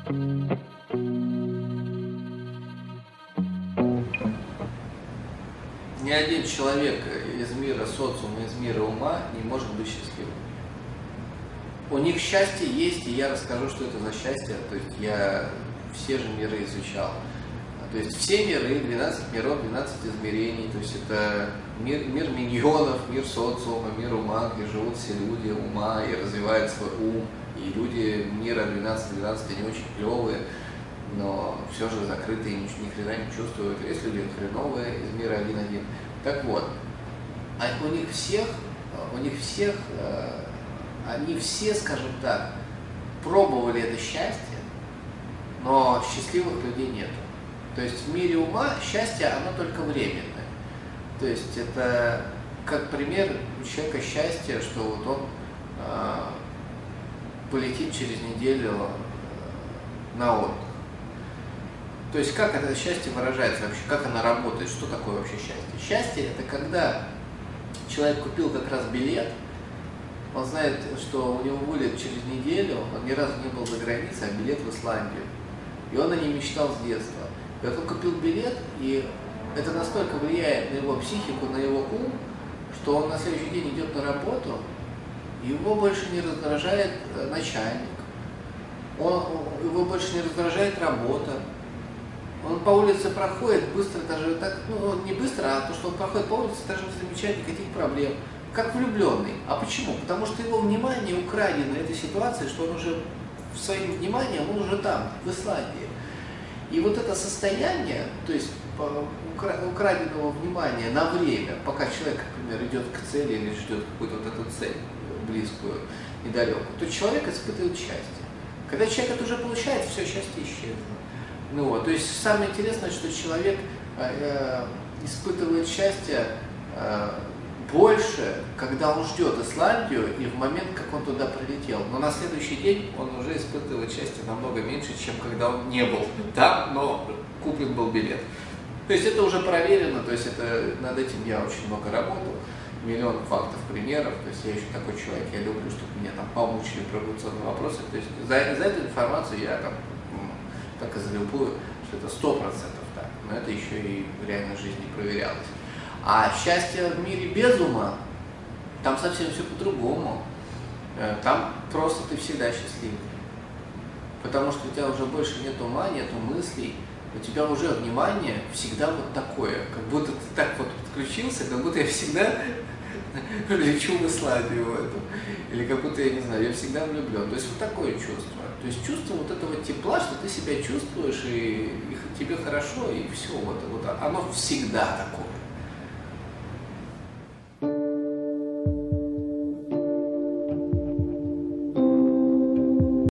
Ни один человек из мира социума, из мира ума не может быть счастливым. У них счастье есть, и я расскажу, что это за счастье. То есть я все же миры изучал. То есть все миры, 12 миров, 12 измерений. То есть это мир миньонов, мир социума, мир ума, где живут все люди ума и развивают свой ум. И люди мира 12, они очень клевые, но все же закрытые, ни хрена не чувствуют. Есть люди хреновые из мира 1-1. Так вот, они все, скажем так, пробовали это счастье, но счастливых людей нету. То есть в мире ума счастье, оно только временное. То есть это как пример у человека счастья, что вот он полетит через неделю на отдых. То есть как это счастье выражается вообще, как оно работает, что такое вообще счастье? Счастье – это когда человек купил как раз билет, он знает, что у него вылет через неделю, он ни разу не был за границей, а билет в Исландию. И он о ней мечтал с детства. И вот он купил билет, и это настолько влияет на его психику, на его ум, что он на следующий день идет на работу, и его больше не раздражает начальник, его больше не раздражает работа. Он по улице проходит быстро, даже так, не быстро, а то, что он проходит по улице, даже не замечает никаких проблем. Как влюбленный. А почему? Потому что его внимание украдено этой ситуацией, что он уже своим вниманием, он уже там, в Исландии. И вот это состояние, то есть украденного внимания на время, пока человек, например, идет к цели или ждет какую-то вот эту цель близкую, недалекую, то человек испытывает счастье. Когда человек это уже получает, все, счастье исчезло. То есть самое интересное, что человек испытывает счастье больше, когда он ждет Исландию и в момент, как он туда прилетел. Но на следующий день он уже испытывает счастье намного меньше, чем когда он не был там, но куплен был билет. То есть это уже проверено, то есть над этим я очень много работал, миллион фактов, примеров. То есть я еще такой человек, я люблю, чтобы меня там помучили провокационные вопросы. То есть за эту информацию я там, как и за любую, что это 100% так. Но это еще и в реальной жизни проверялось. А счастье в мире без ума, там совсем все по-другому. Там просто ты всегда счастливый. Потому что у тебя уже больше нет ума, нет мыслей. У тебя уже внимание всегда вот такое. Как будто ты так вот подключился, как будто я всегда лечу в Исландию в эту. Или как будто, я не знаю, я всегда влюблен. То есть вот такое чувство. То есть чувство вот этого тепла, что ты себя чувствуешь, и тебе хорошо, и все. Вот оно всегда такое.